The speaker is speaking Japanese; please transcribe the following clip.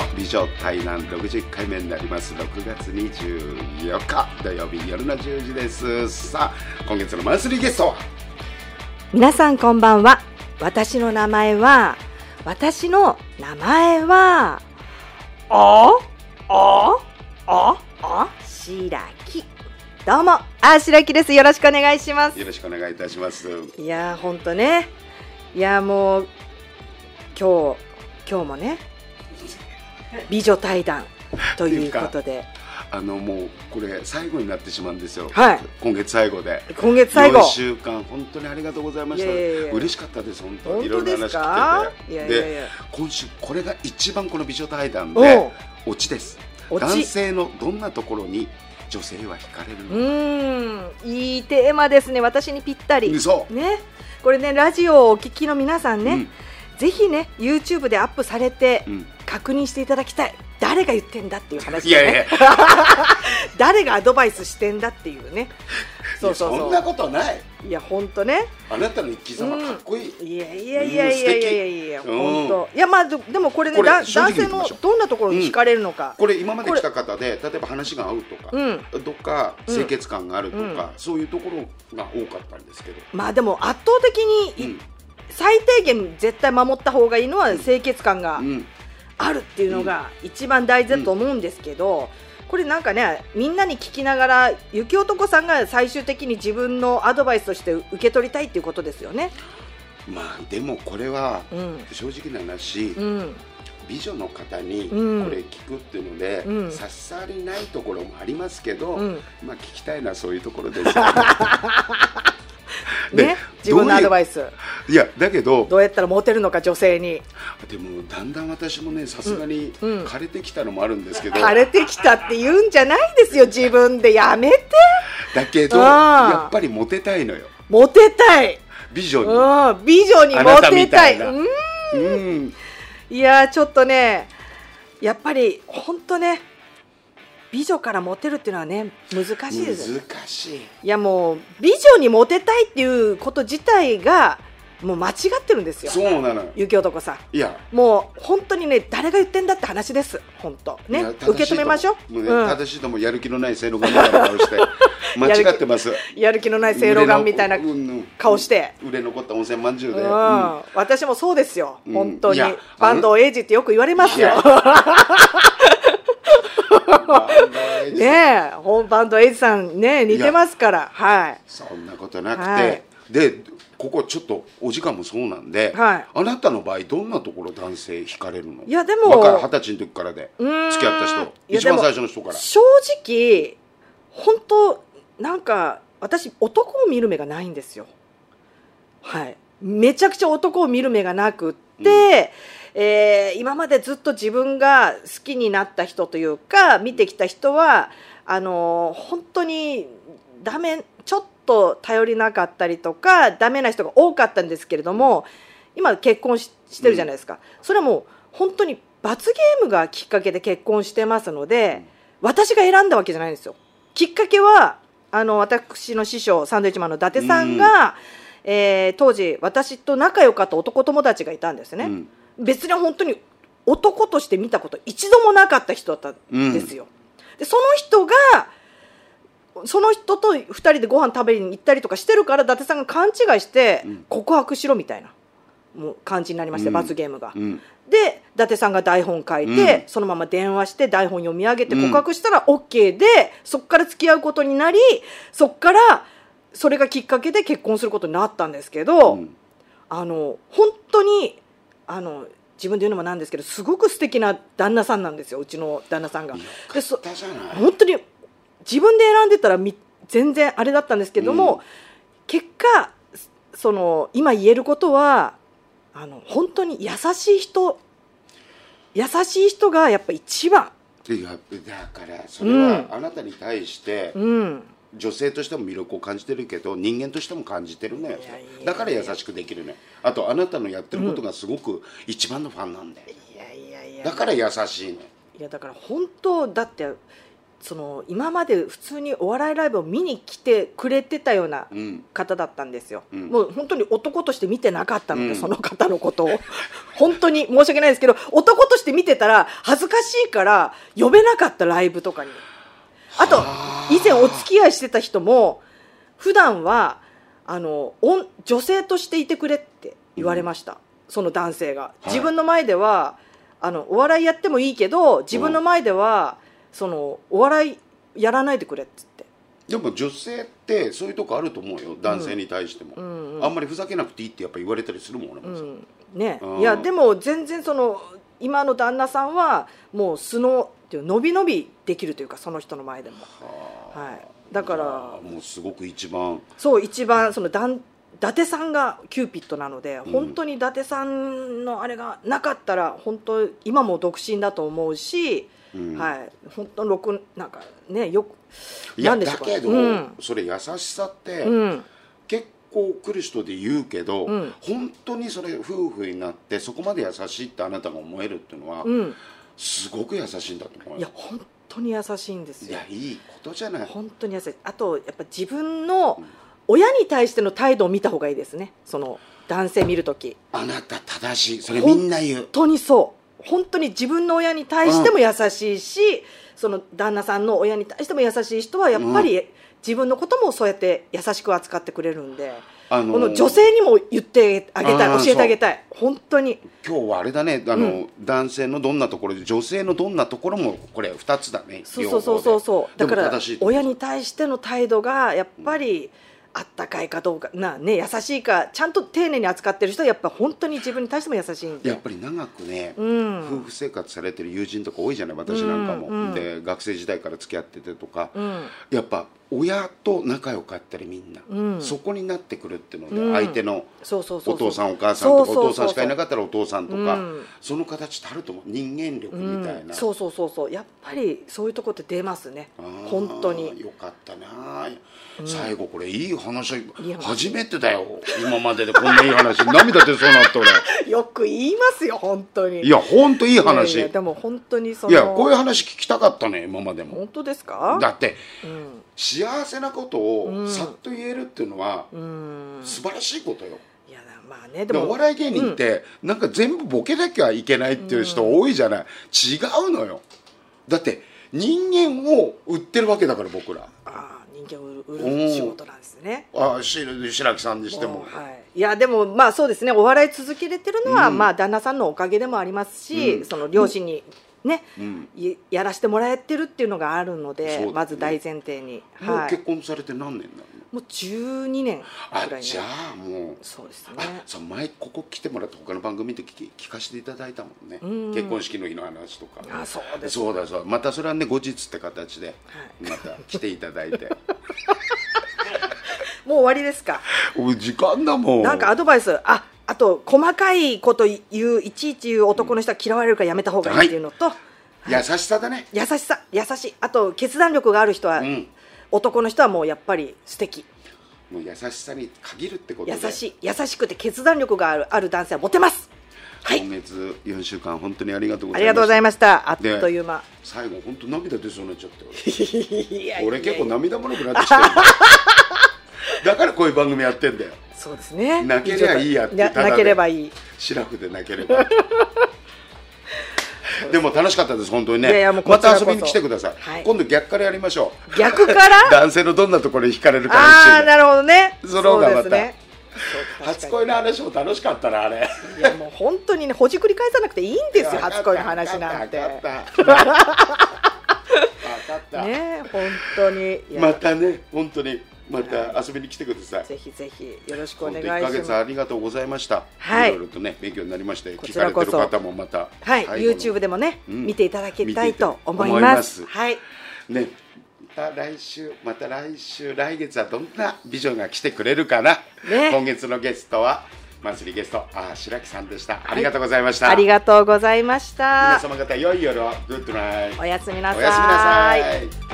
美女対談60回目になります。6月24日土曜日夜の10時です。さあ今月のマンスリーゲストは、 皆さんこんばんは。私の名前は白木。どうも白木です。よろしくお願いします。 よろしくお願いいたします。 いやほんとね、いやもう今日もね美女対談ということでもうこれ最後になってしまうんですよ、 はい、 今月最後 4 週間本当にありがとうございました。嬉しかったです。本当いろんな話聞けて。で今週これが一番この美女対談でオチです。男性のどんなところに女性は惹かれるのか。 いいテーマですね。私にぴったり。 そうね、これねラジオをお聞きの皆さんね、ぜひね YouTube でアップされて確認していただきたい。誰が言ってんだっていう話でね。誰がアドバイスしてんだっていうね。 そんなことない。 いや本当ね。 あなたの生き様かっこいい。 いや本当。いやまあでもこれね男性のどんなところに惹かれるのか。 これ今まで来た方で例えば話が合うとか、どっか清潔感があるとか、そういうところが多かったんですけど。 まあでも圧倒的に最低限絶対守った方がいいのは清潔感があるっていうのが一番大事だと思うんですけど、これなんかねみんなに聞きながら雪男さんが最終的に自分のアドバイスとして受け取りたいっていうことですよね。 まあでもこれは正直な話、美女の方にこれ聞くっていうので、差し障りないところもありますけど、まあ聞きたいのはそういうところですよね。自分のアドバイス。 いやだけどどうやったらモテるのか女性に。 でもだんだん私もねさすがに枯れてきたのもあるんですけど、 枯れてきたって言うんじゃないですよ。自分でやめて。 だけどやっぱりモテたいのよ。 モテたい。 美女にモテたい。いやちょっとねやっぱり本当ね美女からモテるっていうのはね難しいです。 難しい。 いやもう美女にモテたいっていうこと自体がもう間違ってるんですよ。 そうなの。 雪男さん。 いやもう本当にね誰が言ってんだって話です。本当ね受け止めましょう。 正しいともやる気のない正露丸みたいな顔して間違ってます。 やる気のない正露丸みたいな顔して売れ残った温泉まんじゅうで。 私もそうですよ。本当に坂東英二ってよく言われますよ。ねえ坂東英二さんね似てますから。はい。 そんなことなくて、でここちょっとお時間もそうなんで、あなたの場合どんなところ男性惹かれるの？ いやでも 20歳の時からで付き合った人、一番最初の人から。 正直本当なんか私男を見る目がないんですよ。はい。めちゃくちゃ男を見る目がなくって、今までずっと自分が好きになった人というか見てきた人は本当にダメ、ちょっと頼りなかったりとかダメな人が多かったんですけれども、今結婚してるじゃないですか。それはもう本当に罰ゲームがきっかけで結婚してますので、私が選んだわけじゃないんですよ。きっかけは私の師匠サンドウィッチマンの伊達さんが、当時私と仲良かった男友達がいたんですね。別に本当に男として見たこと一度もなかった人だったんですよ。でその人と2人でご飯食べに行ったりとかしてるから伊達さんが勘違いして告白しろみたいなもう感じになりまして、罰ゲームが。で伊達さんが台本書いて、そのまま電話して台本読み上げて告白したら OK で、そこから付き合うことになり、そこからそれがきっかけで結婚することになったんですけど、本当に自分で言うのもなんですけどすごく素敵な旦那さんなんですよ、うちの旦那さんが。で本当に自分で選んでたら全然あれだったんですけども、結果今言えることは本当に優しい人がやっぱ一番。 いやだからそれはあなたに対して、女性としても魅力を感じてるけど人間としても感じてるのよ。だから優しくできるね。あとあなたのやってることがすごく一番のファンなんで、だから優しいね。 いやだから本当だってその今まで普通にお笑いライブを見に来てくれてたような方だったんですよ、もう本当に男として見てなかったので、その方のことを本当に申し訳ないですけど、男として見てたら恥ずかしいから呼べなかった、ライブとかに。あと以前お付き合いしてた人も普段は女性としていてくれって言われました、その男性が。自分の前ではお笑いやってもいいけど、自分の前ではそのお笑いやらないでくれっつって。 でも女性ってそういうとこあると思うよ、男性に対しても、あんまりふざけなくていいってやっぱ言われたりするもんね。いやでも全然その今の旦那さんはもう素のっていう伸び伸びできるというか、その人の前でも、はい、だからもうすごく一番その伊達さんがキューピッドなので、本当に伊達さんのあれがなかったら本当今も独身だと思うし、はい、本当なんかね、よくなんでしょうか。だけど、それ優しさって、結構来る人で言うけど、本当にそれ夫婦になってそこまで優しいってあなたが思えるっていうのは、すごく優しいんだと思うよ。 いや本当に優しいんですよ。 いやいいことじゃない。 本当に優しい。あとやっぱ自分の親に対しての態度を見た方がいいですね、その男性見るとき。 あなた正しい、それみんな言う。 本当にそう、本当に自分の親に対しても優しいし、その旦那さんの親に対しても優しい人はやっぱり自分のこともそうやって優しく扱ってくれるんで、この女性にも言ってあげたい、教えてあげたい、本当に。 今日はあれだね、男性のどんなところで女性のどんなところもこれ2つだね。 そうだから親に対しての態度がやっぱりあったかいかどうかね、優しいか、ちゃんと丁寧に扱ってる人はやっぱ本当に自分に対しても優しいんで。 やっぱり長くね、夫婦生活されてる友人とか多いじゃない、私なんかも、で学生時代から付き合っててとか、やっぱ親と仲良かったりみんな、そこになってくるっていうので、相手のお父さんお母さんとか、お父さんしかいなかったらお父さんとか、その形ってあると思う、人間力みたいな。 そうやっぱりそういうとこって出ますね、本当に。 よかったな、最後これいい話、初めてだよ今まででこんないい話。涙出そうになって俺よく言いますよ本当に。 いや本当いい話。 いやでも本当にいやこういう話聞きたかったね今までも。 本当ですか。 だって、幸せなことをさっと言えるっていうのは、素晴らしいことよ。 いやまあね、でもお笑い芸人って、なんか全部ボケなきゃいけないっていう人多いじゃない、違うのよ。だって人間を売ってるわけだから僕ら。 人間を売る仕事なんですね。 白木さんにしても、 いやでもまあそうですね、お笑い続けれてるのは、まあ旦那さんのおかげでもありますし、その両親にね、やらせてもらえてるっていうのがあるので、まず大前提に。 もう結婚されて何年なの。 もう12年くらい。 じゃあもうそうですね。 前ここ来てもらって他の番組で聞かせていただいたもんね、結婚式の日の話とか。 そうです。 そうだまたそれはね後日って形でまた来ていただいてもう終わりですか。 時間だもん。 なんかアドバイス、あと細かいこといちいち言う男の人は嫌われるからやめた方がいいっていうのと、 優しさだね。 優しい。あと決断力がある人は、男の人はもうやっぱり素敵。 もう優しさに限るってことで。 優しくて決断力がある男性はモテます。 今月4週間本当にありがとうございました。 ありがとうございました。あっという間。 最後本当涙出そうになっちゃって俺結構涙もろくなってきてるだからこういう番組やってんだよ。 そうですね。 泣けりゃいいやって。 泣ければいい。 シラフで泣ければでも楽しかったです本当にね。また遊びに来てください。今度逆からやりましょう。 逆から男性のどんなところに惹かれるか。 なるほどね。 その方がまた初恋の話も楽しかったなあれ。 いやもう本当にね、ほじくり返さなくていいんですよ初恋の話なんて。分かったね、本当に。 またね本当にまた遊びに来てください。 ぜひぜひよろしくお願いします。 1ヶ月ありがとうございました。いろいろとね勉強になりまして、聞かれてる方もまた YouTube でもね見ていただきたいと思います。はいね、また来週来月はどんな美女が来てくれるかな。今月のゲストはマンスリーゲスト白木さんでした。ありがとうございました。 ありがとうございました。 皆様方良い夜を。グッドナイト。 おやすみなさい。